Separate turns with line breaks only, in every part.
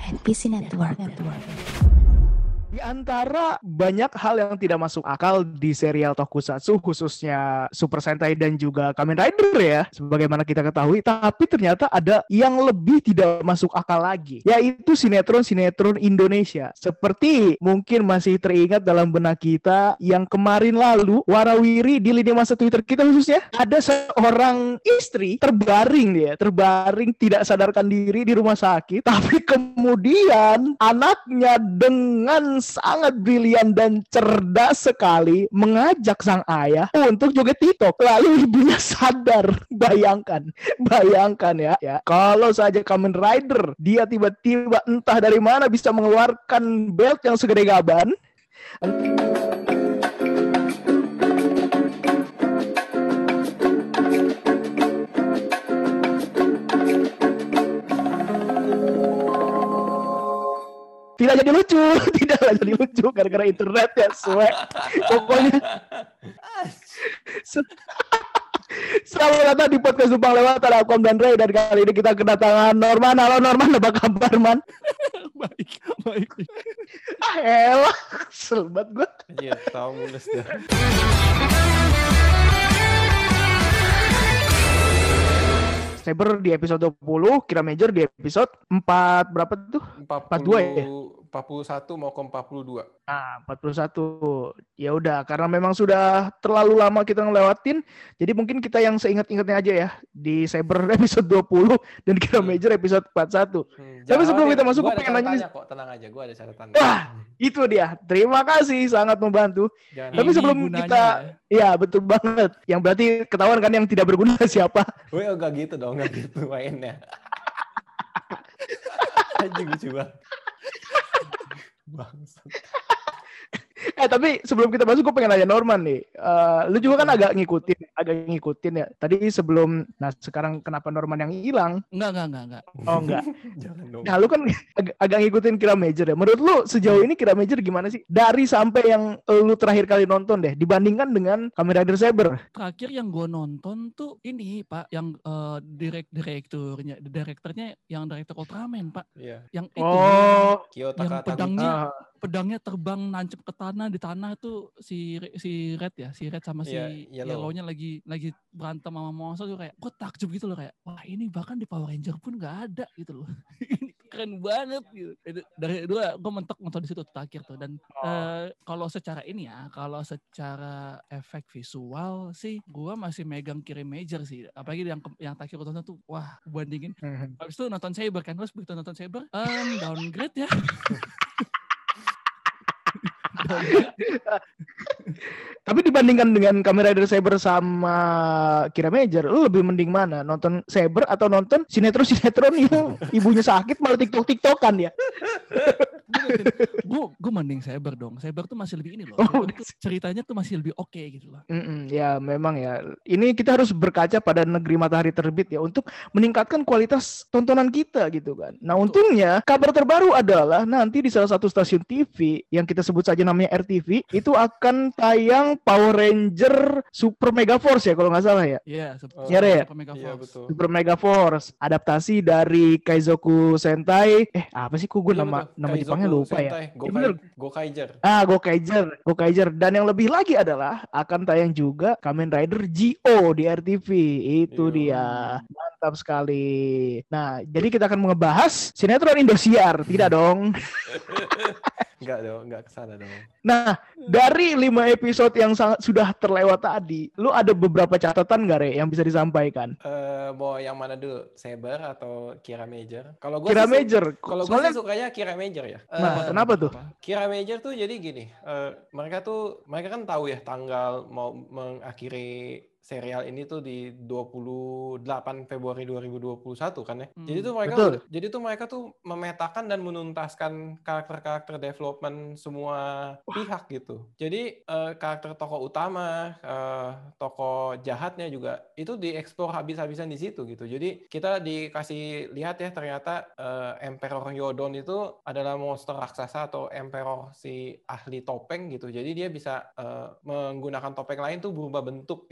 NPC Network.
Di antara banyak hal yang tidak masuk akal di serial Tokusatsu, khususnya Super Sentai dan juga Kamen Rider ya, sebagaimana kita ketahui, tapi ternyata ada yang lebih tidak masuk akal lagi, yaitu sinetron-sinetron Indonesia. Seperti mungkin masih teringat dalam benak kita yang kemarin lalu, warawiri di lini masa Twitter kita khususnya, ada seorang istri terbaring tidak sadarkan diri di rumah sakit, tapi kemudian anaknya dengan sangat brilian dan cerdas sekali mengajak sang ayah untuk joget TikTok. Lalu ibunya sadar. Bayangkan ya. Kalau saja Kamen Rider, dia tiba-tiba entah dari mana bisa mengeluarkan belt yang segede gaban. Tidak jadi lucu gara-gara internet ya, swag. Pokoknya selamat datang di podcast Numpang Lewat. Ada Akom dan Ray, dan kali ini kita kedatangan Norman. Halo Norman, apa kabar Man?
Baik.
Elah, kesel banget gue.
Iya, tahu mulus dah.
Saber di episode 20, Kira Major di episode 4 berapa tuh? 42 ya?
41 mau ke 42.
Ah, 41. Ya udah, karena memang sudah terlalu lama kita ngelewatin, jadi mungkin kita yang seingat-ingatnya aja ya di Saber episode 20 dan Kira Major episode 41. Tapi sebelum kita masuk, gue pengen nanya
kok, tenang aja, gue ada catatan.
Wah, itu dia. Terima kasih, sangat membantu. Tapi sebelum kita, ya betul banget. Yang berarti ketahuan kan yang tidak berguna siapa?
Woi, enggak gitu dong, enggak gitu mainnya. Anjing lucu banget. Bangsat.
Tapi sebelum kita masuk, gue pengen nanya Norman nih. Lu juga kan agak ngikutin ya. Tadi sebelum, nah sekarang kenapa Norman yang hilang?
Enggak.
Oh enggak.
Jangan dong.
Nah lu kan agak ngikutin Kira Major ya. Menurut lu sejauh ini Kira Major gimana sih? Dari sampai yang lu terakhir kali nonton deh, dibandingkan dengan Kamen Rider Saber.
Terakhir yang gue nonton tuh ini Pak, yang direkturnya yang direktur Ultraman Pak.
Iya.
Yang itu
Kyoto
yang
Kataguchi.
pedangnya terbang nancep ke tanah, di tanah tuh si Red sama si Yellow-nya lagi berantem sama monster tuh, kayak gue takjub gitu loh, kayak wah ini bahkan di Power Ranger pun nggak ada gitu loh. Ini keren banget gitu. Dari dulu gue mentok nonton di situ terakhir tuh. Dan kalau secara efek visual sih gue masih megang Kira Major sih, apalagi yang terakhir gue tonton tuh wah bandingin. Habis itu nonton Saber kan, terus begitu nonton Saber downgrade ya.
Tapi dibandingkan dengan Kamen Rider Saber sama Kira Major, lu lebih mending mana? Nonton Saber atau nonton sinetron yang ibunya sakit malah TikTok-TikTokan ya?
Gue mending Saber dong. Saber tuh masih lebih ini loh. Ceritanya tuh masih lebih oke gitu loh.
Ya memang ya. Ini kita harus berkaca pada negeri matahari terbit ya, untuk meningkatkan kualitas tontonan kita gitu kan. Nah untungnya kabar terbaru adalah nanti di salah satu stasiun TV yang kita sebut saja namanya RTV, itu akan tayang Power Ranger Super Mega Force ya kalau nggak salah ya.
Iya,
Super Mega
Force.
Iya, betul.
Super Mega Force, adaptasi dari Kaizoku Sentai. Apa sih gue nama Jepangnya lupa
Sentai.
Ya.
Gokaiger.
Gokaiger. Dan yang lebih lagi adalah akan tayang juga Kamen Rider G.O. di RTV. Itu dia. Mantap sekali. Nah, jadi kita akan ngebahas sinetron Indosiar. Tidak dong.
Enggak kesana dong.
Nah, dari 5 episode yang sudah terlewat tadi, lu ada beberapa catatan nggak, Re, yang bisa disampaikan?
Mau yang mana dulu? Saber atau Kira Major? Kalau gue
Kira Major.
Kalau gue sih sukanya Kira Major ya.
Kenapa tuh?
Kira Major tuh jadi gini, mereka kan tahu ya tanggal mau mengakhiri serial ini tuh di 28 Februari 2021 kan ya. Jadi tuh mereka tuh memetakan dan menuntaskan karakter-karakter development semua pihak gitu. Jadi karakter tokoh utama, tokoh jahatnya juga itu dieksplor habis-habisan di situ gitu. Jadi kita dikasih lihat ya, ternyata Emperor Yodon itu adalah monster raksasa atau emperor si ahli topeng gitu. Jadi dia bisa menggunakan topeng lain tuh berubah bentuk gitu. Dan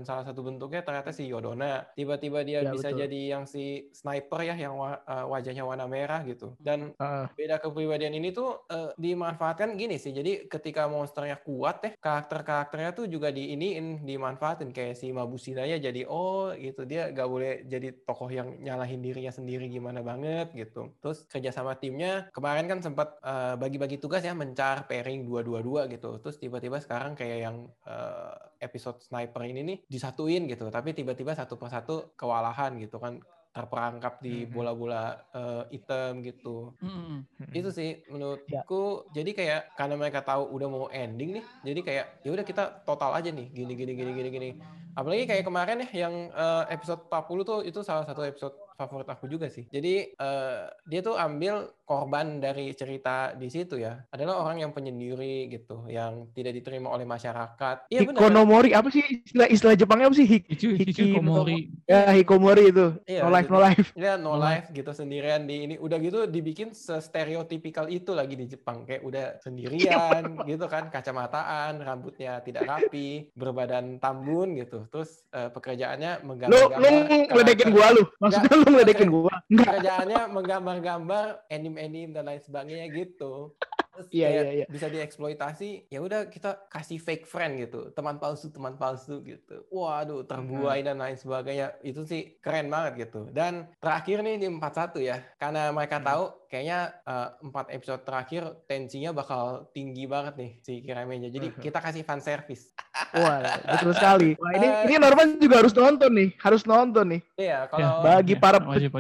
dan salah satu bentuknya ternyata si Yodona. Tiba-tiba dia bisa jadi yang si sniper ya, yang wajahnya warna merah gitu. Dan beda kepribadian ini tuh dimanfaatkan gini sih. Jadi ketika monsternya kuat ya, karakter-karakternya tuh juga dimanfaatin. Kayak si Mabushinanya jadi gitu, dia gak boleh jadi tokoh yang nyalahin dirinya sendiri gimana banget gitu. Terus kerja sama timnya kemarin kan sempat bagi-bagi tugas ya, mencar pairing 2-2-2 gitu. Terus tiba-tiba sekarang kayak yang episode sniper ini nih disatuin gitu, tapi tiba-tiba satu persatu kewalahan gitu kan, terperangkap di bola-bola hitam gitu. Itu sih menurutku. Jadi kayak karena mereka tahu udah mau ending nih, jadi kayak ya udah kita total aja nih gini. Apalagi kayak kemarin ya yang episode 40 tuh, itu salah satu episode favorit aku juga sih. Jadi dia tuh ambil korban dari cerita di situ ya, adalah orang yang penyendiri gitu, yang tidak diterima oleh masyarakat. Iya benar.
Hikonomori apa sih istilah Jepangnya apa sih?
Hikikomori.
Ya, hikikomori itu.
Iya,
no life.
Ya, no life gitu, sendirian di ini. Udah gitu dibikin stereotipikal itu lagi di Jepang, kayak udah sendirian gitu kan, kacamataan, rambutnya tidak rapi, berbadan tambun gitu. Terus pekerjaannya menggambar-gambar.
Lu ngeledekin gua lu. Maksudnya lu ngeledekin gua.
Pekerjaannya menggambar-gambar anime dan lain sebagainya gitu. Terus bisa dieksploitasi. Ya udah kita kasih fake friend gitu, teman palsu gitu. Waduh, terbuai dan lain sebagainya. Itu sih keren banget gitu. Dan terakhir nih di 41 ya, karena mereka tahu kayaknya 4 episode terakhir tensinya bakal tinggi banget nih si Kiramenja. Jadi kita kasih fan service.
Wah, betul sekali. Wah, ini Norman juga harus nonton nih.
Iya, kalau
bagi para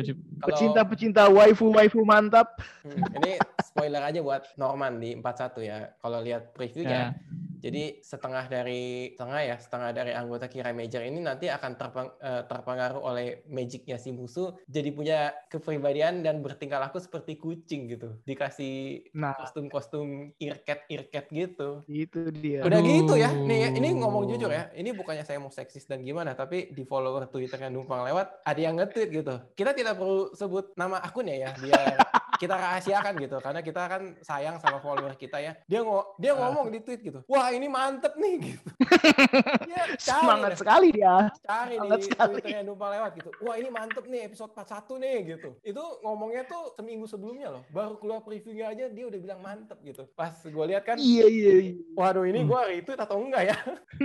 pecinta waifu mantap.
Ini spoiler aja buat Norman di 41 ya. Kalau lihat previewnya, jadi setengah dari anggota Kiramager ini nanti akan terpengaruh oleh magicnya si musuh, jadi punya kepribadian dan bertingkah laku seperti kucing gitu. Dikasih kostum-kostum irket gitu.
Itu dia.
Udah gitu ya. Nih, ini ngomong jujur ya. Ini bukannya saya mau seksis dan gimana, tapi di follower Twitternya Numpang Lewat ada yang nge-tweet gitu. Kita tidak perlu sebut nama akunnya ya, biar kita rahasiakan gitu, karena kita kan sayang sama follower kita ya. Dia ngomong di tweet gitu, wah ini mantep nih gitu.
Semangat sekali dia.
Cari di Twitternya Numpang Lewat gitu, wah ini mantep nih episode 41 nih gitu. Itu ngomongnya tuh seminggu sebelumnya loh, baru keluar previewnya aja dia udah bilang mantep gitu. Pas gue lihat kan,
iya.
Waduh ini gue retweet atau enggak ya?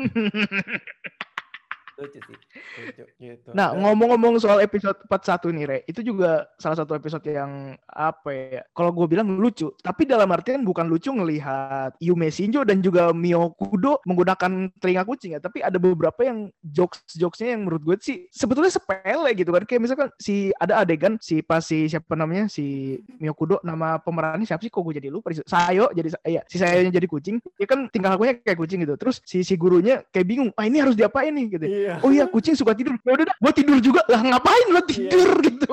Lucu sih. Gitu.
Nah, ngomong-ngomong soal episode 41 nih, Re, itu juga salah satu episode yang apa ya? Kalau gue bilang lucu, tapi dalam artian bukan lucu ngelihat Yume Shinjo dan juga Mio Kudo menggunakan telinga kucing ya, tapi ada beberapa yang jokes-jokesnya yang menurut gue sih sebetulnya sepele gitu kan. Kayak misalkan ada adegan si siapa namanya, si Mio Kudo, nama pemerannya siapa sih, kok gue jadi lupa, Sayo, jadi si Sayonya jadi kucing. Dia kan tingkah lakunya kayak kucing gitu. Terus si gurunya kayak bingung, ini harus diapain nih gitu. Oh iya, kucing suka tidur. Ya udah, gue tidur juga. Lah ngapain lo tidur gitu?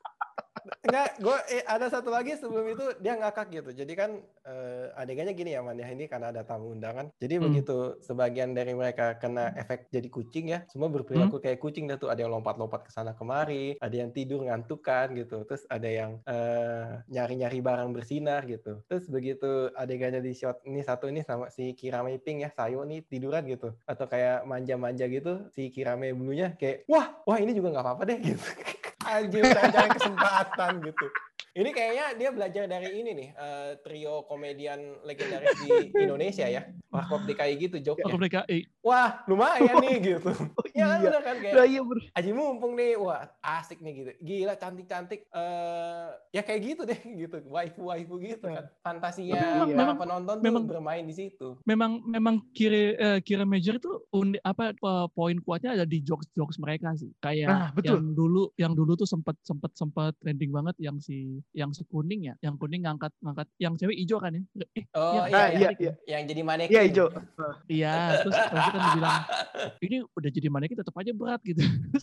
Enggak, gue ada satu lagi sebelum itu dia ngakak gitu. Jadi kan adegannya gini ya Man ya, ini karena ada tamu undangan. Jadi begitu sebagian dari mereka kena efek jadi kucing ya, semua berperilaku kayak kucing dah tuh. Ada yang lompat-lompat ke sana kemari, ada yang tidur ngantukan gitu. Terus ada yang nyari-nyari barang bersinar gitu. Terus begitu adegannya di shot ini satu ini sama si Kirame Pink ya, Sayo nih tiduran gitu. Atau kayak manja-manja gitu, si Kirame Blue-nya kayak wah ini juga nggak apa-apa deh gitu. Anjir, cari kesempatan gitu. Ini kayaknya dia belajar dari ini nih, trio komedian legendaris di Indonesia ya. Warkop DKI gitu joknya.
Warkop DKI.
Wah, lumayan nih gitu. Ya kan udah kan kayak Aji mumpung nih, wah asik nih gitu. Gila cantik-cantik. Ya kayak gitu deh gitu. Waifu gitu kan. Fantasinya para penonton tuh bermain di situ.
Memang Kiramager itu poin kuatnya ada di jokes mereka sih. Kayak yang dulu tuh sempat trending banget yang si kuning ya, yang kuning ngangkat yang cewek hijau kan ya.
Iya. Yang jadi manekin.
Iya hijau.
Iya, terus kan dibilang ini udah jadi manekin tetap aja berat gitu.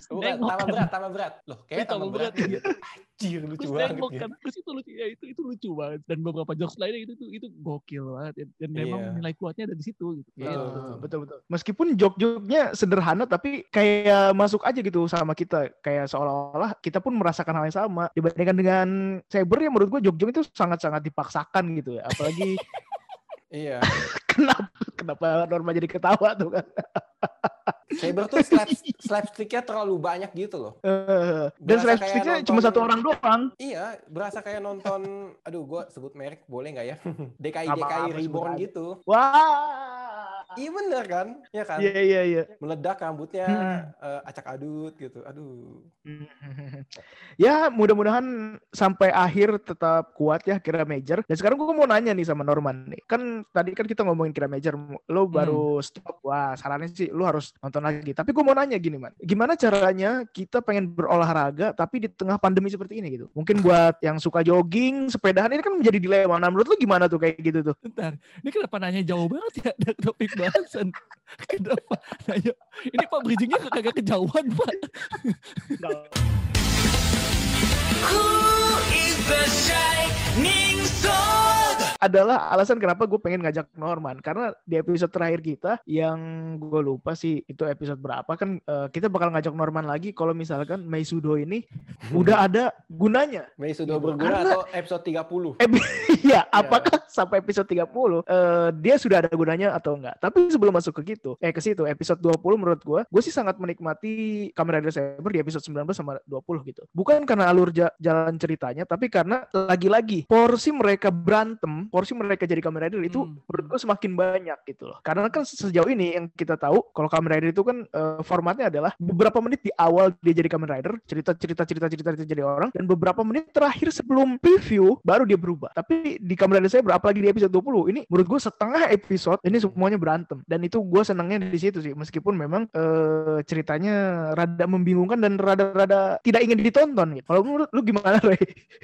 Tambah berat. Loh, kayak tambah berat gitu. Anjir, lucu banget.
Kan. Terus itu lucu ya, itu lucu banget, dan beberapa jokes lainnya itu gokil banget dan memang nilai kuatnya ada di situ gitu.
Betul. Meskipun jok-joknya sederhana tapi kayak masuk aja gitu sama kita, kayak seolah-olah kita pun merasakan hal yang sama dibandingkan dengan Saber ya. Menurut gue jok-jok itu sangat-sangat dipaksakan gitu ya, apalagi
iya.
Kenapa Norma jadi ketawa tuh kan?
Saber tuh slapsticknya terlalu banyak gitu loh.
Dan slapsticknya cuma satu orang doang.
Iya, berasa kayak nonton, aduh gue sebut merek boleh nggak ya? DKI Reborn gitu.
Wah.
Iya bener kan? Ya kan?
Iya.
Meledak rambutnya, acak adut gitu. Aduh.
Ya mudah-mudahan sampai akhir tetap kuat ya Kira Major. Dan sekarang gue mau nanya nih sama Norman nih. Kan tadi kan kita ngomongin Kira Major, lo baru stop. Wah sarannya sih lo harus nonton lagi. Tapi gue mau nanya gini man, gimana caranya kita pengen berolahraga tapi di tengah pandemi seperti ini gitu? Mungkin buat yang suka jogging, sepedahan ini kan menjadi dilema. Nah menurut lo gimana tuh kayak gitu tuh?
Bentar, ini kenapa nanya jauh banget ya dari topik bahasan? Kenapa nanya? Ini Pak bridgingnya kagak kejauhan Pak.
Who is the shining sword?
Adalah alasan kenapa gue pengen ngajak Norman, karena di episode terakhir kita yang gue lupa sih itu episode berapa kan, kita bakal ngajak Norman lagi kalau misalkan Meisudo ini udah ada gunanya.
Meisudo berguna atau episode 30?
Iya, apakah sampai episode 30 dia sudah ada gunanya atau enggak? Tapi sebelum masuk ke situ episode 20 menurut gue sih sangat menikmati Kamen Rider Saber di episode 19 sama 20 gitu. Bukan karena alur jalan ceritanya, tapi karena lagi-lagi porsi mereka berantem, porsi mereka jadi Kamen Rider itu menurut gue semakin banyak gitu loh. Karena kan sejauh ini yang kita tahu kalau Kamen Rider itu kan formatnya adalah beberapa menit di awal dia jadi Kamen Rider, cerita jadi orang, dan beberapa menit terakhir sebelum preview baru dia berubah. Tapi di Kamen Rider Saber apalagi di episode 20 ini menurut gue setengah episode ini semuanya berantem, dan itu gue senangnya di situ sih, meskipun memang ceritanya rada membingungkan dan rada tidak ingin ditonton gitu. Kalau menurut lu gimana Ray?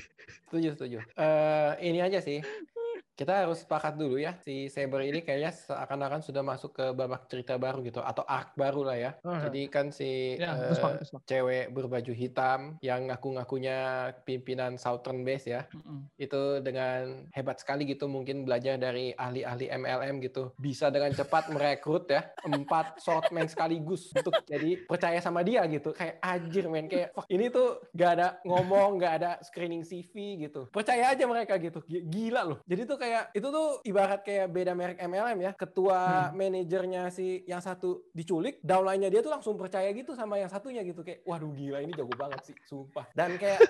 Setuju. Ini aja sih. Kita harus sepakat dulu ya, si Saber ini kayaknya seakan-akan sudah masuk ke babak cerita baru gitu, atau arc baru lah ya. Jadi kan si cewek berbaju hitam yang ngaku-ngakunya pimpinan Southern Base ya, itu dengan hebat sekali gitu, mungkin belajar dari ahli-ahli MLM gitu, bisa dengan cepat merekrut ya 4 swordman sekaligus untuk jadi percaya sama dia gitu. Kayak anjir men, kayak fuck, ini tuh gak ada ngomong, gak ada screening CV gitu, percaya aja mereka gitu. Gila loh. Jadi tuh kayak itu tuh ibarat kayak beda merek MLM ya. Ketua manajernya si yang satu diculik, downline-nya dia tuh langsung percaya gitu sama yang satunya gitu. Kayak waduh gila, ini jago banget sih, sumpah. Dan kayak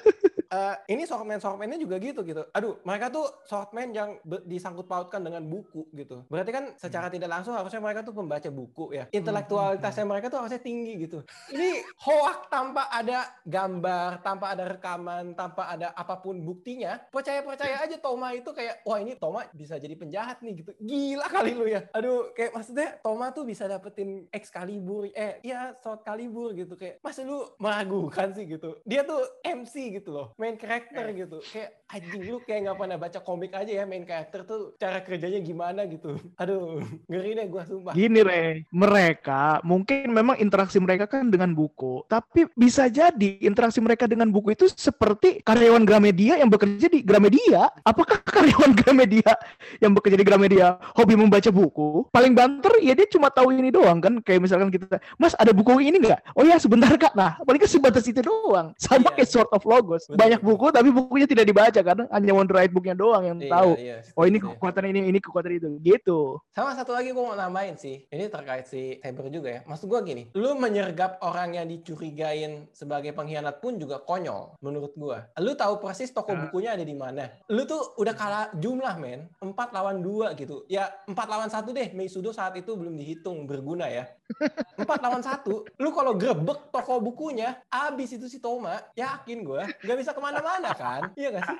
ini swordman-nya juga gitu. Aduh, mereka tuh swordman yang disangkut pautkan dengan buku gitu. Berarti kan secara tidak langsung harusnya mereka tuh pembaca buku ya. Intelektualitasnya mereka tuh harusnya tinggi gitu. Ini hoak tanpa ada gambar, tanpa ada rekaman, tanpa ada apapun buktinya. Percaya aja Toma itu kayak, wah ini Toma bisa jadi penjahat nih gitu. Gila kali lu ya. Aduh, kayak maksudnya Toma tuh bisa dapetin Excalibur, Sword Calibur gitu. Kayak masa lu meragukan sih gitu. Dia tuh MC gitu loh, main karakter gitu. Kayak anjing, lu kayak gak pernah baca komik aja ya, main karakter tuh cara kerjanya gimana gitu. Aduh, ngeri deh gua sumpah.
Gini Re, mereka mungkin memang interaksi mereka kan dengan buku, tapi bisa jadi interaksi mereka dengan buku itu seperti karyawan Gramedia yang bekerja di Gramedia. Apakah karyawan Gramedia yang bekerja di Gramedia hobi membaca buku? Paling banter ya dia cuma tahu ini doang kan. Kayak misalkan kita, Mas ada buku ini nggak? Oh ya sebentar Kak. Nah paling kan sebatas itu doang. Sama kayak Sword of Logos. Banyak buku tapi bukunya tidak dibaca karena hanya Wonderite booknya doang yang tahu. Oh ini kekuatan ini kekuatan itu gitu.
Sama satu lagi gue mau nambahin sih. Ini terkait si Saber juga ya. Maksud gue gini, lu menyergap orang yang dicurigain sebagai pengkhianat pun juga konyol menurut gue. Lu tahu persis toko bukunya ada di mana. Lu tuh udah kalah jumlah men, 4 lawan 2 gitu. Ya 4 lawan 1 deh, Meisudo saat itu belum dihitung berguna ya. 4 lawan 1, lu kalau grebek toko bukunya, abis itu si Toma, yakin gue, gak bisa kemana-mana kan? Iya gak sih?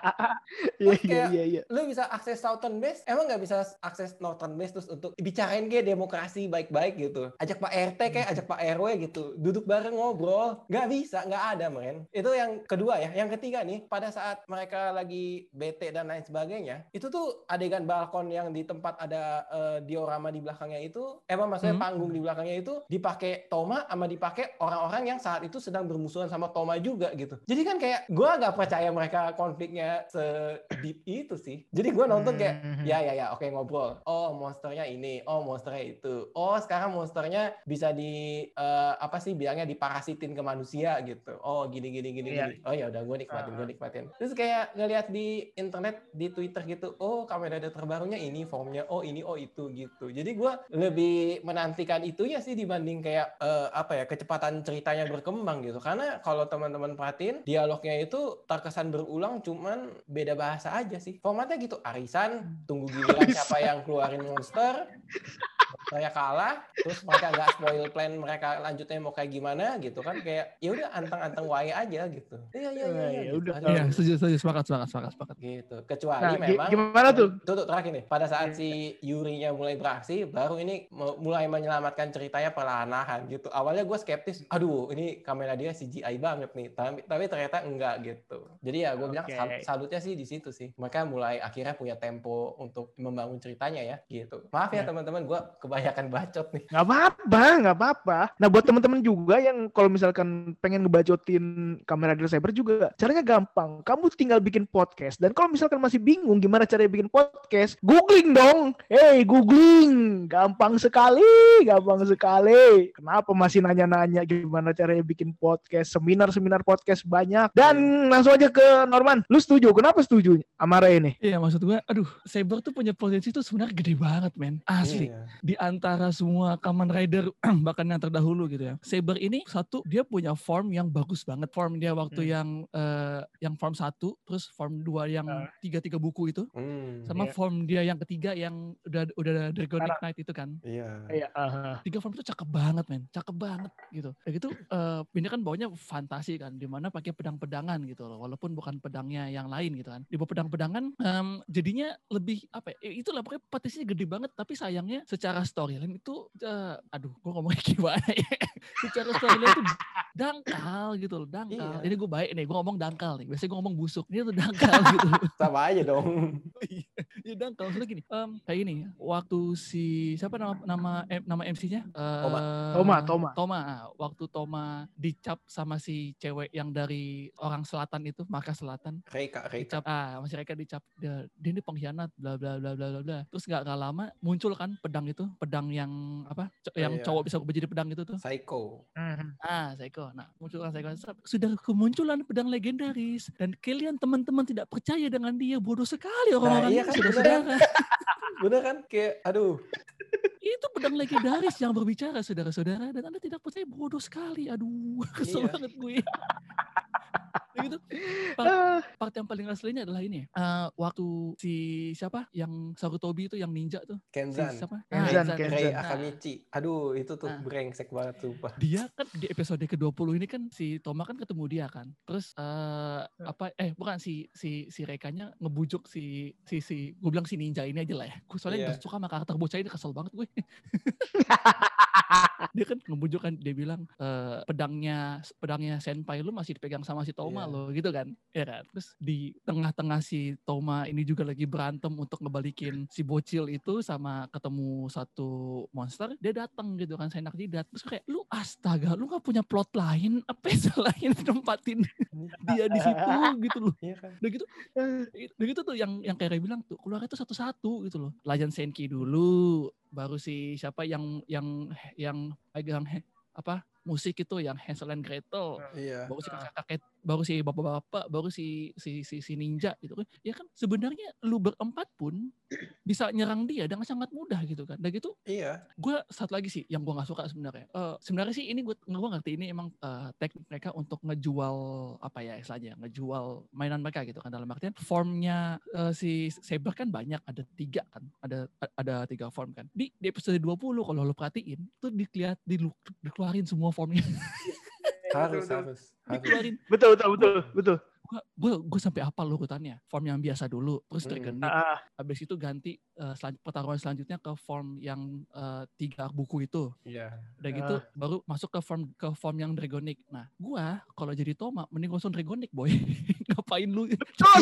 Iya. Lu bisa akses Southern Base, emang gak bisa akses Northern Base terus untuk bicarain kayak demokrasi baik-baik gitu. Ajak Pak RT kayak, ajak Pak RW gitu. Duduk bareng ngobrol. Gak bisa, gak ada men. Itu yang kedua ya. Yang ketiga nih, pada saat mereka lagi bete dan lain sebagainya, itu tuh adegan balkon yang di tempat ada diorama di belakangnya itu, maksudnya panggung di belakangnya itu dipakai Toma sama dipakai orang-orang yang saat itu sedang bermusuhan sama Toma juga gitu. Jadi kan kayak gue gak percaya mereka konfliknya se-deep itu sih. Jadi gue nonton kayak ya oke ngobrol. Oh monsternya ini, oh monsternya itu. Oh sekarang monsternya bisa bilangnya diparasitin ke manusia gitu. Oh gini. Oh ya udah gue nikmatin. Terus kayak ngeliat di internet, di Twitter gitu. Oh Kamen Rider terbarunya ini formnya. Oh ini, oh itu gitu. Jadi gue lebih menantikan itunya sih dibanding kayak kecepatan ceritanya berkembang gitu. Karena kalau teman-teman perhatiin dialognya itu terkesan berulang, cuman beda bahasa aja sih. Formatnya gitu, arisan, tunggu giliran siapa yang keluarin monster. Saya kalah, terus mereka nggak spoil plan mereka lanjutnya mau kayak gimana gitu kan, kayak ya udah anteng wae aja gitu. Iya
udah. Iya, setuju sepakat
gitu. Kecuali memang
gimana tuh?
Tuh terakhir nih, pada saat si Yuri-nya mulai beraksi, baru ini mulai menyelamatkan ceritanya perlahan-lahan gitu. Awalnya gue skeptis, aduh ini kamera dia CGI banget nih, tapi ternyata enggak gitu. Jadi ya gue bilang salutnya sih di situ sih. Mereka mulai akhirnya punya tempo untuk membangun ceritanya ya gitu. Maaf ya teman-teman, gue kebanyakan bacot nih.
Nggak apa-apa. Nah buat teman-teman juga yang kalau misalkan pengen ngebacotin Kamen Rider Saber juga, caranya gampang. Kamu tinggal bikin podcast. Dan kalau misalkan masih bingung gimana caranya bikin podcast, googling dong. Googling. Gampang sekali. Kenapa masih nanya-nanya gimana caranya bikin podcast? Seminar podcast banyak. Dan langsung aja ke Norman. Lu setuju? Kenapa setuju sama Ray ini?
Iya, maksud gue, Saber tuh punya potensi tuh sebenarnya gede banget, men. Asli. Di antara semua Kamen Rider bahkan yang terdahulu gitu ya. Saber ini satu, dia punya form yang bagus banget. Form dia waktu yang form 1, terus form 2 yang 3 buku itu. Sama form dia yang ketiga yang udah Dragonic Knight itu kan.
Iya.
3 form itu cakep banget, men. Cakep banget gitu. Dan gitu ini kan bawanya fantasi kan, dimana pakai pedang-pedangan gitu loh. Walaupun bukan pedangnya yang lain gitu kan. Di bawah pedang-pedangan jadinya lebih itulah pokoknya potensinya gede banget, tapi sayangnya secara storyline itu gue ngomongnya gimana ya. Secara storyline itu dangkal gitu loh, dangkal. Ini gue baik nih, gue ngomong dangkal nih. Biasanya gue ngomong busuk, ini tuh dangkal gitu.
Sama aja dong.
Iya dangkal. Maksudnya gini, kayak ini waktu si siapa nama MC-nya? Toma. Waktu Toma dicap sama si cewek yang dari orang selatan itu, Markas Selatan.
Reika.
Dicap, masih Reika dicap dia ini pengkhianat, bla bla bla bla bla. Terus nggak lama muncul kan pedang itu, pedang yang yang cowok bisa berubah jadi pedang itu tuh.
Psycho.
Psycho. Nah, muncul kan Psycho. Sudah kemunculan pedang legendaris dan kalian teman-teman tidak percaya dengan dia, bodoh sekali orang-orang ini, saudara-saudara.
Bener kan? Kayak aduh.
Itu pedang legendaris yang berbicara, saudara-saudara, dan Anda tidak percaya, bodoh sekali. Aduh, kesel banget gue. Gitu. Part yang paling aslinya adalah ini. Waktu si siapa yang Sarutobi itu yang ninja tuh.
Kenzan. Rei Akamichi. Aduh, itu tuh brengsek banget sumpah.
Dia kan di episode ke-20 ini kan si Toma kan ketemu dia kan. Terus bukan si Reikanya ngebujuk si gue bilang si ninja ini aja lah ya. Gue soalnya gak suka sama karakter bocah ini, kesel banget gue. Dia kan ngebujuk kan, dia bilang pedangnya senpai lu masih dipegang sama si Toma lo gitu kan, ya kan. Terus di tengah-tengah si Toma ini juga lagi berantem untuk ngebalikin si bocil itu sama ketemu satu monster, dia datang gitu kan, seenak jidat. Terus kayak lu astaga, lu nggak punya plot lain apa selain tempatin dia di situ gitu loh. Udah gitu tuh yang kayak bilang tuh keluar itu satu-satu gitu loh. Lajan Senki dulu, baru si siapa yang pegang musik itu yang Hansel and Gretel, baru si kakek, baru si bapak-bapak, baru si ninja gitu kan. Ya kan sebenarnya lu berempat pun bisa nyerang dia dengan sangat mudah gitu kan. Dan gitu. Gue satu lagi sih yang gue nggak suka sebenarnya. Sebenarnya sih ini gue ngerti ini emang teknik mereka untuk ngejual ngejual mainan mereka gitu kan, dalam artian formnya si Saber kan banyak, ada 3 kan, ada 3 form kan. Di episode 20 kalau lo perhatiin tuh dikeluarin semua formnya.
harus
Dikeluarin.
Betul.
Gue sampai hafal urutannya. Form yang biasa dulu, terus Dragonic. Habis itu ganti pertarungan selanjutnya ke form yang 3 buku itu. Udah gitu baru masuk ke form yang Dragonic. Nah, gue kalau jadi Toma mending langsung Dragonic, boy. Ngapain lu?
Betul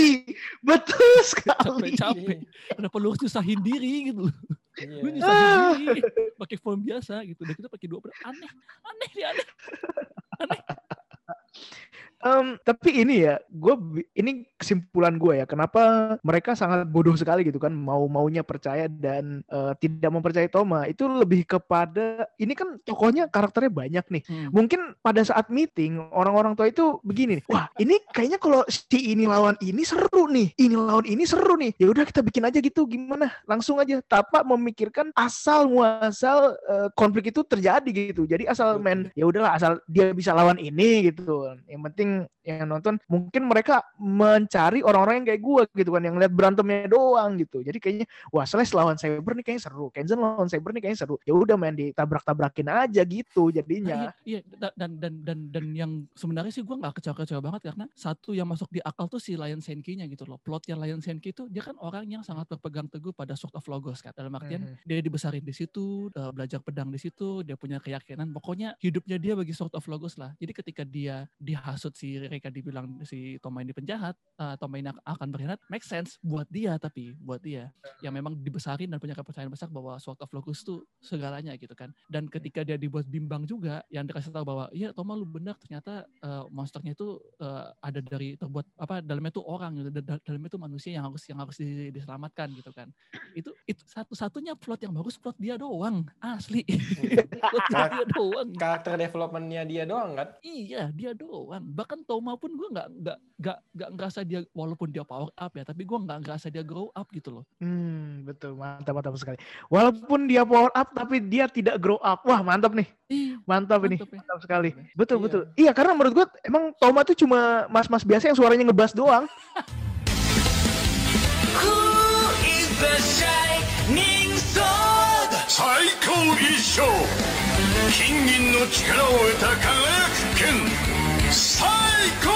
sekali.
Capek. Kenapa lu nyusahin diri gitu? Gue nyusahin diri pakai form biasa gitu. Udah gitu pakai 2 aneh.
Tapi ini ya, ini kesimpulan gue ya, kenapa mereka sangat bodoh sekali gitu kan, maunya percaya dan tidak mempercayai Toma. Itu lebih kepada, ini kan tokohnya karakternya banyak nih. Mungkin pada saat meeting, orang-orang tua itu begini nih, wah ini kayaknya kalau si ini lawan ini seru nih, ini lawan ini seru nih, ya udah kita bikin aja gitu, gimana? Langsung aja, tanpa memikirkan asal muasal konflik itu terjadi gitu. Jadi asal main, ya udahlah, asal dia bisa lawan ini gitu. Yang penting yang nonton mungkin mereka mencari orang-orang yang kayak gue gitu kan, yang lihat berantemnya doang gitu. Jadi kayaknya wah Slash lawan Cyber nih kayaknya seru, Kenzen lawan Cyber nih kayaknya seru, ya udah main ditabrak-tabrakin aja gitu jadinya.
Iya, dan yang sebenarnya sih gue nggak kecewa banget, karena satu yang masuk di akal tuh si Lion Senki-nya gitu loh. Plotnya Lion Senki itu dia kan orang yang sangat berpegang teguh pada Sword of Logos kan, dalam artian dia dibesarin di situ, belajar pedang di situ, dia punya keyakinan, pokoknya hidupnya dia bagi Sword of Logos lah. Jadi ketika dia dihasut si Reika, dibilang si Toma ini penjahat, Toma ini akan berkhianat, make sense buat dia, tapi buat dia yang memang dibesarin dan punya kepercayaan besar bahwa Sword of Logos itu segalanya gitu kan. Dan ketika dia dibuat bimbang juga, yang dikasih tahu bahwa iya Toma lu benar, ternyata monsternya itu ada dari terbuat apa, dalamnya itu orang gitu, dalamnya itu manusia yang harus diselamatkan gitu kan. Itu satu-satunya plot yang bagus, plot dia doang, asli. Plot dia doang.
Karakter developmentnya dia doang kan?
Iya, dia doang. Bahkan Toma pun gue nggak ngerasa dia, walaupun dia power up ya, tapi gue nggak ngerasa dia grow up gitu loh.
Betul, mantap sekali. Walaupun dia power up tapi dia tidak grow up. Wah, mantap nih. Mantap ini. Mantap sekali. Betul. Iya, karena menurut gue emang Toma tuh cuma mas-mas biasa yang suaranya ngebas doang.
Who is the Shining Sword? Saikō Issho! Kingin no chikara o eta kagaraku ken! Saikō!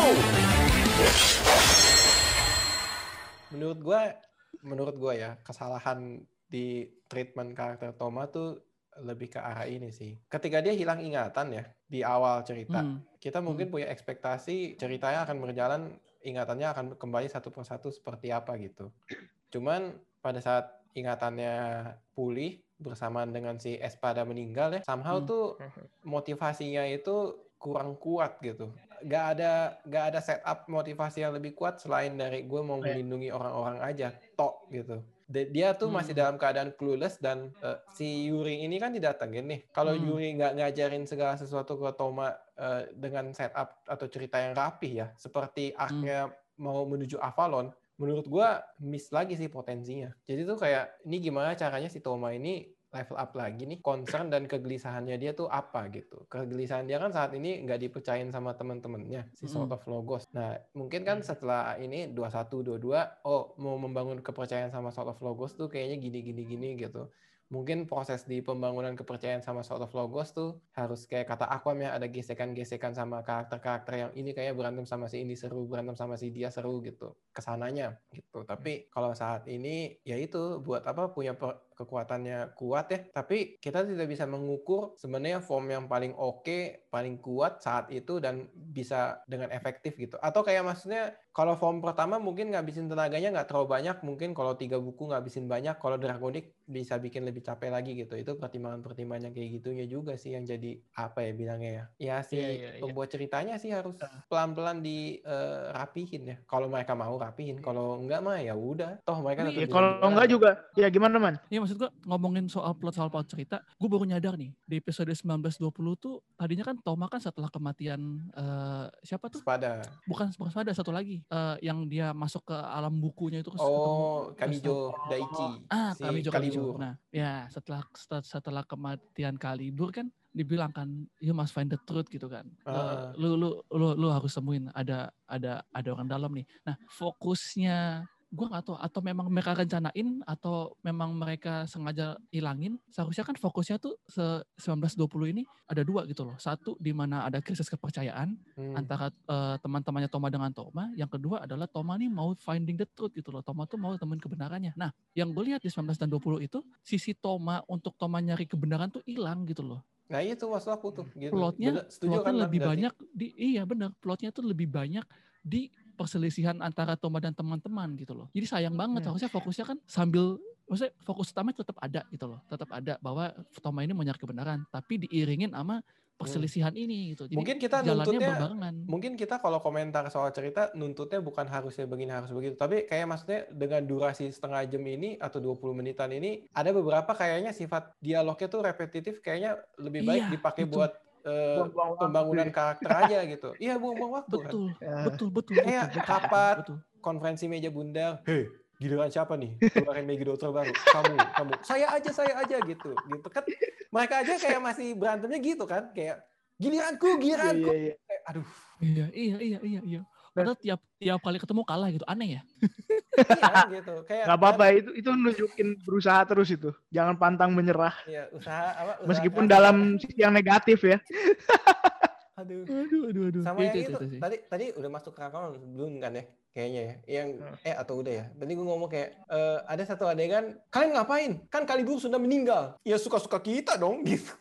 Menurut gue ya, kesalahan di treatment karakter Toma tuh lebih ke arah ini sih. Ketika dia hilang ingatan ya di awal cerita, kita mungkin punya ekspektasi ceritanya akan berjalan, ingatannya akan kembali satu persatu seperti apa gitu. Cuman pada saat ingatannya pulih bersamaan dengan si Espada meninggal ya, somehow tuh motivasinya itu kurang kuat gitu. Gak ada setup motivasi yang lebih kuat selain dari gue mau melindungi orang-orang aja, tok gitu. Dia tuh masih dalam keadaan clueless, dan si Yuri ini kan didatengin nih. Kalau Yuri nggak ngajarin segala sesuatu ke Toma dengan setup atau cerita yang rapih ya, seperti arc-nya mau menuju Avalon, menurut gue miss lagi sih potensinya. Jadi tuh kayak, ini gimana caranya si Toma ini level up lagi nih, concern dan kegelisahannya dia tuh apa gitu. Kegelisahan dia kan saat ini nggak dipercayain sama teman-temannya, si Sword of Logos. Nah, mungkin kan setelah ini 21-22, oh mau membangun kepercayaan sama Sword of Logos tuh kayaknya gini gitu. Mungkin proses di pembangunan kepercayaan sama Sword of Logos tuh harus kayak kata Aquam ya, ada gesekan-gesekan sama karakter-karakter yang ini kayak berantem sama si ini seru, berantem sama si dia seru gitu. Kesananya gitu. Tapi kalau saat ini ya itu buat apa, punya kekuatannya kuat ya, tapi kita tidak bisa mengukur sebenarnya form yang paling oke, paling kuat saat itu dan bisa dengan efektif gitu. Atau kayak maksudnya kalau form pertama mungkin ngabisin tenaganya nggak terlalu banyak, mungkin kalau 3 buku ngabisin banyak, kalau Draconic bisa bikin lebih capek lagi gitu. Itu pertimbangan-pertimbangan kayak gitunya juga sih yang jadi apa ya bilangnya ya. Ya si pembuat ceritanya sih harus pelan-pelan dirapihin ya. Kalau mereka mau rapihin, kalau enggak mah ya udah. Toh mereka
kalau enggak juga ya gimana man?
Iya, maksud gue ngomongin soal plot cerita, gue baru nyadar nih di episode 19-20 tuh tadinya kan Toma kan setelah kematian siapa tuh?
Espada.
Bukan Espada, satu lagi yang dia masuk ke alam bukunya itu.
Kamijo Daichi.
Kamijo. Nah, ya setelah kematian Kalibur kan dibilang kan you must find the truth gitu kan. Lu harus temuin ada orang dalam nih. Nah, fokusnya gue nggak tahu, atau memang mereka rencanain atau memang mereka sengaja hilangin. Seharusnya kan fokusnya tuh 19-20 ini ada 2 gitu loh. Satu di mana ada krisis kepercayaan antara teman-temannya Toma dengan Toma. Yang kedua adalah Toma nih mau finding the truth gitu loh. Toma tuh mau temuin kebenarannya. Nah, yang gue lihat di 19 dan 20 itu sisi Toma untuk Toma nyari kebenaran tuh hilang gitu loh.
Nah itu maksud aku tuh gitu.
Plotnya lebih banyak plotnya tuh lebih banyak di perselisihan antara Toma dan teman-teman gitu loh. Jadi sayang banget, harusnya fokusnya kan maksudnya fokus utama tetap ada gitu loh. Tetap ada bahwa Toma ini mau nyari kebenaran, tapi diiringin sama perselisihan ini gitu. Jadi
mungkin kita
jalannya
nuntutnya,
berbarengan.
mungkin kita kalau komentar soal cerita nuntutnya bukan harusnya begini harus begitu, tapi kayak maksudnya dengan durasi setengah jam ini atau 20 menitan ini ada beberapa kayaknya sifat dialognya tuh repetitif, kayaknya lebih baik dipakai buat pembangunan karakter aja gitu. Iya, buang-buang waktu
Betul.
Kayak rapat konferensi meja bundar. Hei, giliran siapa nih? Keluarin Megiddo terbaru. Kamu. Saya aja gitu kan. Mereka aja kayak masih berantemnya gitu kan. Kayak giliranku. Iya. Kayak, aduh.
Iya. Padahal tiap kali ketemu kalah gitu. Aneh ya?
Iya gitu. Kayak
nggak apa-apa, itu nunjukin berusaha terus itu. Jangan pantang menyerah.
Iya, usaha
meskipun dalam sisi yang negatif ya.
Aduh.
Sama
yang itu tadi udah masuk ke akal belum kan ya? Kayaknya ya. Yang atau udah ya. Tadi gue ngomong kayak ada satu adegan, kalian ngapain? Kan Kalibur sudah meninggal. Ya suka-suka kita dong gitu.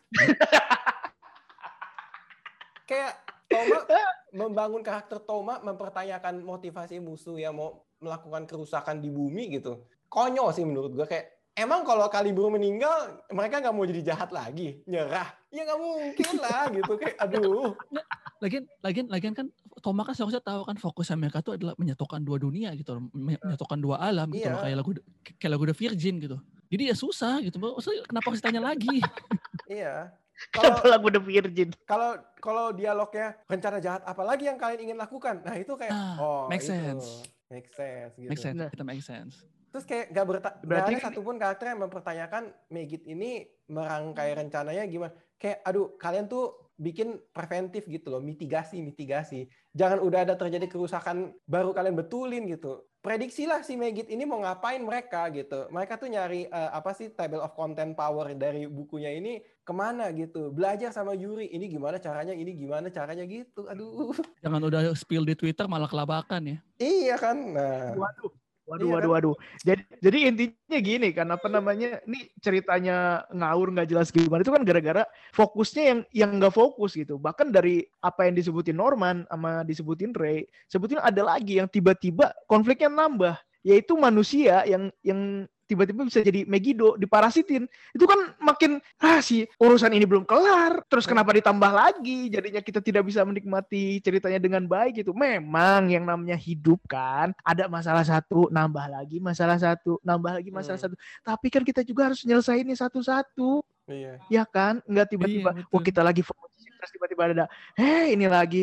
Kayak Toma membangun karakter Toma, mempertanyakan motivasi musuh yang mau melakukan kerusakan di bumi gitu. Konyol sih menurut gue, kayak emang kalau Kalibur meninggal mereka nggak mau jadi jahat lagi, nyerah? Ya nggak mungkin lah gitu, kayak aduh.
Lagian kan Toma kan seharusnya tahu kan fokusnya mereka tuh adalah menyatukan dua dunia gitu, menyatukan dua alam gitu loh, kayak lagu The Virgin gitu. Jadi ya susah gitu. Maksudnya kenapa harus tanya lagi?
Iya.
Kalau lagu The Virgin.
Kalau dialognya rencana jahat apa lagi yang kalian ingin lakukan? Nah, itu kayak
make sense gitu. Itu make sense.
Terus kayak gak ada satupun karakter yang mempertanyakan Megiddo ini merangkai rencananya gimana. Kayak aduh, kalian tuh bikin preventif gitu loh, mitigasi. Jangan udah ada terjadi kerusakan baru kalian betulin gitu. Prediksilah si Megiddo ini mau ngapain mereka gitu. Mereka tuh nyari table of content power dari bukunya ini kemana gitu. Belajar sama Yuri, ini gimana caranya gitu. Aduh.
Jangan udah spill di Twitter malah kelabakan ya.
Iya kan. Nah.
Waduh. Jadi intinya gini kan, ini ceritanya ngawur nggak jelas gimana itu kan gara-gara fokusnya yang nggak fokus gitu. Bahkan dari apa yang disebutin Norman sama disebutin Ray, sebetulnya ada lagi yang tiba-tiba konfliknya nambah, yaitu manusia yang tiba-tiba bisa jadi Megiddo, diparasitin. Itu kan makin, si urusan ini belum kelar, terus kenapa ditambah lagi? Jadinya kita tidak bisa menikmati ceritanya dengan baik gitu. Memang yang namanya hidup kan, ada masalah satu, nambah lagi masalah satu. Tapi kan kita juga harus nyelesainnya satu-satu.
Iya.
Ya kan? Nggak tiba-tiba, kita lagi fokus, terus tiba-tiba ada, ini lagi.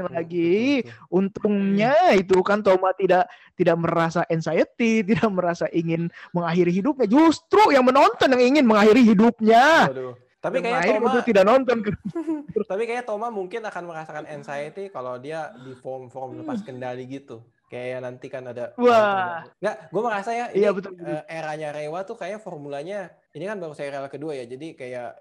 Untungnya itu kan Toma tidak merasa anxiety, tidak merasa ingin mengakhiri hidupnya. Justru yang menonton yang ingin mengakhiri hidupnya.
Waduh. Tapi kayaknya Toma
tidak nonton.
Tapi kayaknya Toma mungkin akan merasakan anxiety kalau dia di form lepas kendali gitu. Kayak nanti kan ada.
Wah.
Nggak, gue merasa ya ini
iya, betul.
Eranya Rewa tuh kayaknya formulanya ini kan baru serial kedua ya. Jadi kayak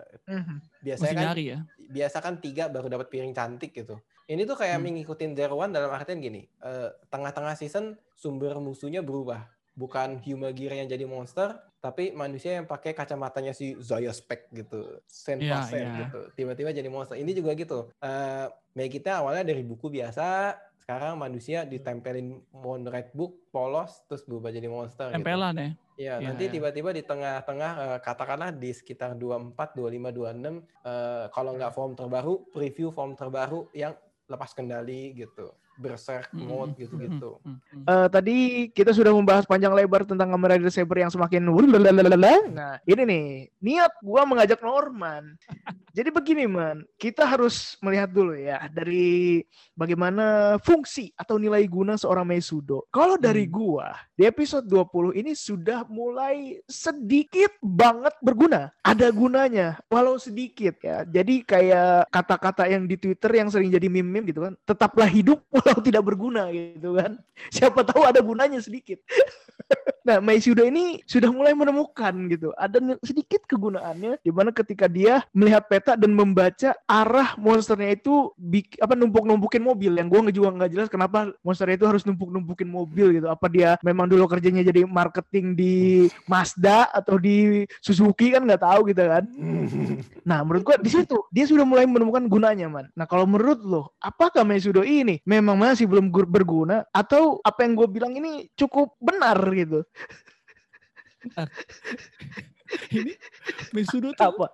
biasanya biasa kan 3 baru dapat piring cantik gitu. Ini tuh kayak mengikutin Zero One dalam artian gini. Tengah-tengah season sumber musuhnya berubah. Bukan Humagear yang jadi monster, tapi manusia yang pakai kacamatanya si Zaya Spec gitu. Gitu. Tiba-tiba jadi monster. Ini juga gitu. Megiddo awalnya dari buku biasa, sekarang manusia ditempelin Red Book, polos, terus berubah jadi monster.
Tempelan
gitu. Ya, nanti tiba-tiba di tengah-tengah, katakanlah di sekitar 24, 25, 26, kalau nggak form terbaru, preview form terbaru yang lepas kendali gitu. Berserk mode gitu-gitu.
Tadi kita sudah membahas panjang lebar tentang Kamen Rider Saber yang semakin Nah, ini nih, niat gua mengajak Norman. Jadi begini, Man. Kita harus melihat dulu ya dari bagaimana fungsi atau nilai guna seorang Meisudo. Kalau dari gua, di episode 20 ini sudah mulai sedikit banget berguna. Ada gunanya, walau sedikit ya. Jadi kayak kata-kata yang di Twitter yang sering jadi meme-meme gitu kan. Tetaplah hidup walau tidak berguna gitu kan. Siapa tahu ada gunanya sedikit. Nah, Meisudo ini sudah mulai menemukan gitu. Ada sedikit kegunaannya di mana ketika dia melihat peta dan membaca arah monsternya itu numpuk-numpukin mobil. Yang gue juga nggak jelas kenapa monsternya itu harus numpuk-numpukin mobil gitu. Apa dia memang dulu kerjanya jadi marketing di Mazda atau di Suzuki kan nggak tahu gitu kan. Nah, menurut gue di situ dia sudah mulai menemukan gunanya, Man. Nah, kalau menurut lo, apakah Meisudo ini memang masih belum berguna atau apa yang gue bilang ini cukup benar gitu?
Ini Mesudo tuh
Apa?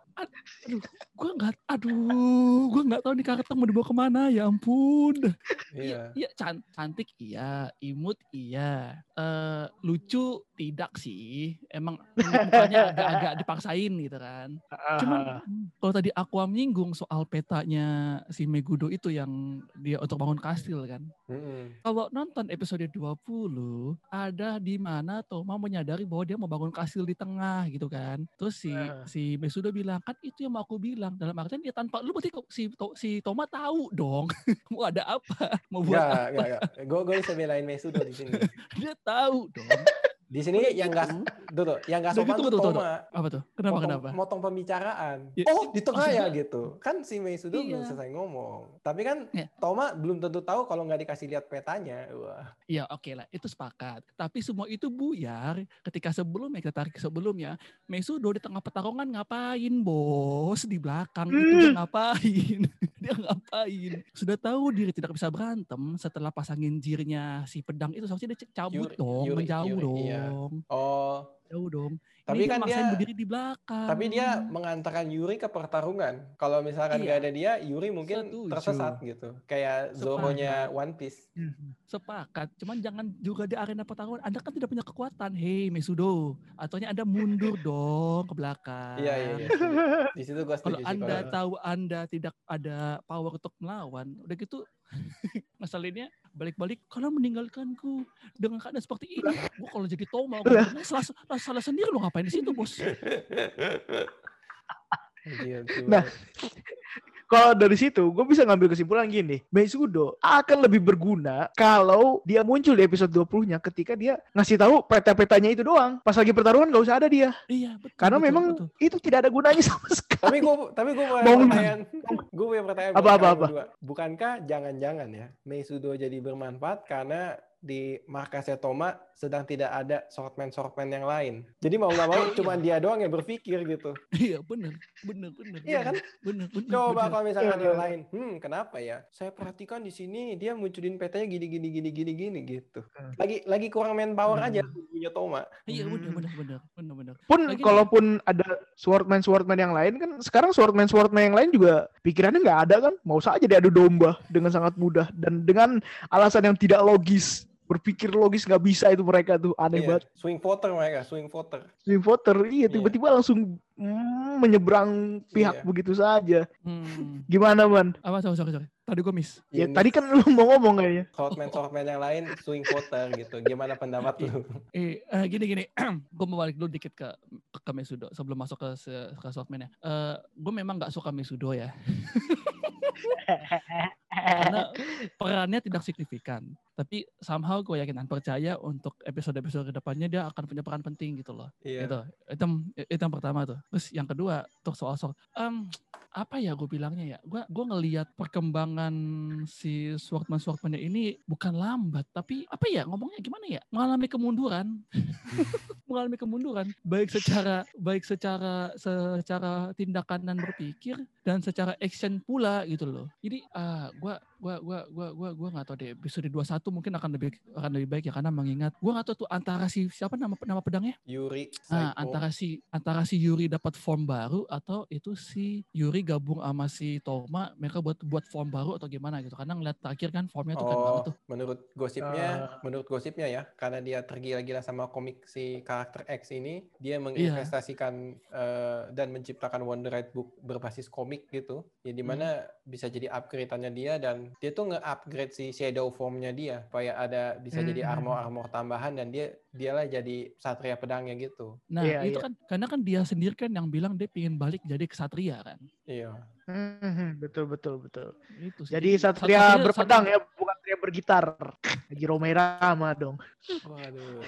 gue nggak tahu nih karakter mau dibawa kemana, ya ampun.
Iya.
Iya, cantik iya, imut iya, lucu tidak sih, emang mukanya agak-agak dipaksain gitu kan. Cuman kalau tadi Aqua menyinggung soal petanya si Megudo itu yang dia untuk bangun kastil kan. Kalau nonton episode 20 ada di mana Toma menyadari bahwa dia mau bangun kastil di tengah gitu kan. Terus si Mesudo bilang, kan itu yang mau aku bilang, dalam artian dia tanpa lu berarti si Toma tahu dong mau ada apa, mau buat apa.
Enggak. Gue bisa belain Mesudo di sini.
Dia tahu dong.
Di sini yang nggak sopan tuh Toma.
Apa tuh? Kenapa?
Motong pembicaraan.
Ya,
di tengah ya gitu. Kan si Mesudo belum selesai ngomong. Tapi kan Toma belum tentu tahu kalau nggak dikasih lihat petanya. Wah.
Ya oke lah, itu sepakat. Tapi semua itu buyar ketika kita tarik sebelumnya, Mesudo di tengah pertarungan ngapain, Bos? Di belakang itu dia ngapain? Dia ngapain? Sudah tahu diri tidak bisa berantem setelah pasangin jirnya si pedang itu, seharusnya dia cabut menjauh dong.
Iya. Oh.
Jauh dong.
Tapi
ini
kan
dia berdiri di belakang.
Tapi dia mengantarkan Yuri ke pertarungan. Kalau misalkan nggak ada dia, Yuri mungkin tersesat gitu. Kayak Zoro-nya One Piece.
Sepakat. Cuman jangan juga di arena pertarungan. Anda kan tidak punya kekuatan. Hei Mesudo. Ataunya Anda mundur dong ke belakang.
Iya. Di situ gue setuju.
Kalau Anda tahu Anda tidak ada power untuk melawan, udah gitu masalahnya balik-balik, kalau meninggalkanku dengan keadaan seperti ini, gue kalau jadi Toma, gue salah sendiri, lo ngapain di situ, Bos?
Nah, kalau dari situ gue bisa ngambil kesimpulan gini, Mesudo akan lebih berguna kalau dia muncul di episode 20-nya ketika dia ngasih tahu peta-petanya itu doang. Pas lagi pertarungan gak usah ada dia.
Iya, betul.
Karena memang itu tidak ada gunanya sama sekali.
Tapi gue punya pertanyaan. Apa? Bukankah jangan-jangan ya Mesudo jadi bermanfaat karena di markasnya Toma sedang tidak ada swordman yang lain. Jadi mau nggak mau cuma dia doang yang berpikir gitu.
Iya benar.
Iya kan?
Benar.
Coba kalau misalkan yang lain, kenapa ya? Saya perhatikan di sini dia munculin petanya gini gitu. Lagi kurang manpower aja punya Toma.
Iya benar.
Pun kalaupun ada swordman yang lain kan sekarang swordman yang lain juga pikirannya nggak ada kan? Mau saja diadu domba dengan sangat mudah dan dengan alasan yang tidak logis. Berpikir logis nggak bisa itu mereka tuh, aneh banget.
Swing voter
Iya tiba-tiba langsung menyeberang pihak begitu saja. Gimana Man?
Apa sorry tadi gue miss.
Ya tadi kan lu mau ngomong kayaknya.
Swordman yang lain swing voter gitu. Gimana pendapat lu?
Gini gue mau balik dulu dikit ke Mesudo sebelum masuk ke Swordman ya. Gue memang nggak suka Mesudo ya. Karena perannya tidak signifikan, tapi somehow gue yakin dan percaya untuk episode-episode kedepannya dia akan punya peran penting gitu loh. Gitu. Itu yang pertama tuh. Terus yang kedua tuh soal apa ya gue bilangnya ya, gue ngelihat perkembangan si swordman-swordmannya ini bukan lambat, tapi apa ya ngomongnya gimana ya, mengalami kemunduran baik secara tindakan dan berpikir dan secara action pula gitu loh. Jadi gue nggak tahu deh, episode 21 mungkin akan lebih baik ya, karena mengingat gue nggak tahu tuh antara si siapa nama pedangnya
Yuri.
Antara si Yuri dapat form baru atau itu si Yuri gabung sama si Toma, mereka buat form baru atau gimana gitu, karena ngeliat terakhir kan formnya tuh kan banget tuh.
Menurut gosipnya ya, karena dia tergila-gila sama komik si karakter X ini, dia menginvestasikan dan menciptakan Wonderite Book berbasis komik gitu, ya dimana bisa jadi upgrade-annya dia, dan dia tuh nge-upgrade si shadow form-nya dia supaya bisa jadi armor tambahan, dan dialah jadi satria pedangnya gitu.
Nah itu kan karena kan dia sendiri kan yang bilang dia pengen balik jadi kesatria kan.
Iya.
Betul.
Itu sih.
Jadi satria berpedang ya, bukan satria bergitar. Haji Romerama dong.
Waduh.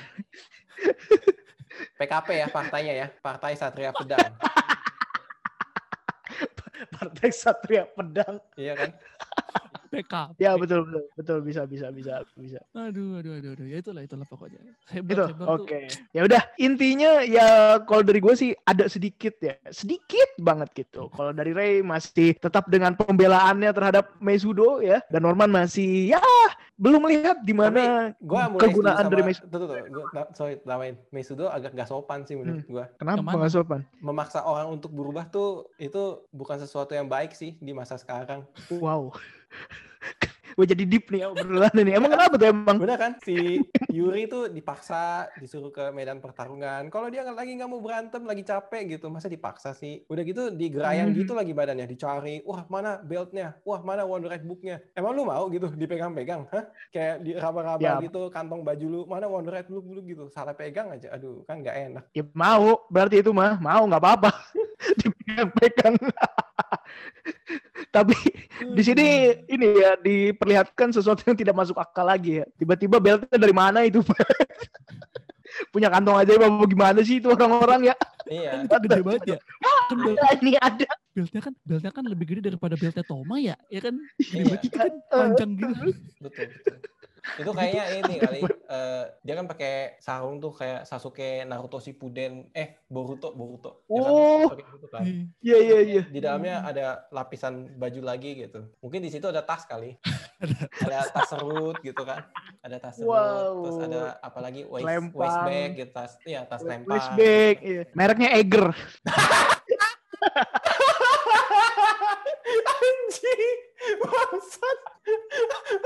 PKP ya partainya ya, Partai Satria Pedang.
Partai Satria Pedang.
Iya kan?
backup.
Ya betul bisa.
Aduh. Ya itulah pokoknya. Hebat
Gitu.
tuh.
Oke. Ya udah, intinya ya kalau dari gue sih ada sedikit banget gitu. Kalau dari Ray masih tetap dengan pembelaannya terhadap Meisudo ya, dan Norman masih ya belum melihat di mana kegunaan dari Meisudo.
Sorry, namain Meisudo agak gak sopan sih menurut gue.
Kenapa gak sopan?
Memaksa orang untuk berubah tuh itu bukan sesuatu yang baik sih di masa sekarang.
Wow. Gue jadi deep nih obrolan ini. Emang kenapa tuh emang?
Bener kan? Si Yuri tuh dipaksa disuruh ke medan pertarungan. Kalau dia lagi nggak mau berantem, lagi capek gitu, masa dipaksa sih? Udah gitu digerayang gitu lagi badannya, dicari. Wah mana beltnya? Wah mana Wonder Red Book-nya? Emang lu mau gitu dipegang-pegang? Hah? Kayak diraba-raba gitu kantong baju lu. Mana Wonder Red Book lu gitu? Salah pegang aja. Aduh kan nggak enak.
Ya mau, berarti itu mah mau nggak apa-apa. Dipegang-pegang. Tapi di sini ini ya diperlihatkan sesuatu yang tidak masuk akal lagi ya. Tiba-tiba beltnya dari mana itu? Punya kantong aja apa gimana sih itu orang-orang ya?
Iya.
Gede banget ya.
Kan ini ada.
Beltnya kan lebih gede daripada beltnya Toma ya. Ya kan?
Iya.
Kan panjang gitu.
Betul. Itu kayaknya ini kali dia kan pakai sarung tuh kayak Sasuke, Naruto Shippuden, Boruto.
Oh.
Kan, gitu kan.
Iya.
Di dalamnya ada lapisan baju lagi gitu. Mungkin di situ ada tas kali. Ada tas serut gitu kan. Ada tas serut, terus ada apalagi waist bag gitu, tas lempar.
Waist bag, iya. Mereknya Eiger.
Anjing, bangsat.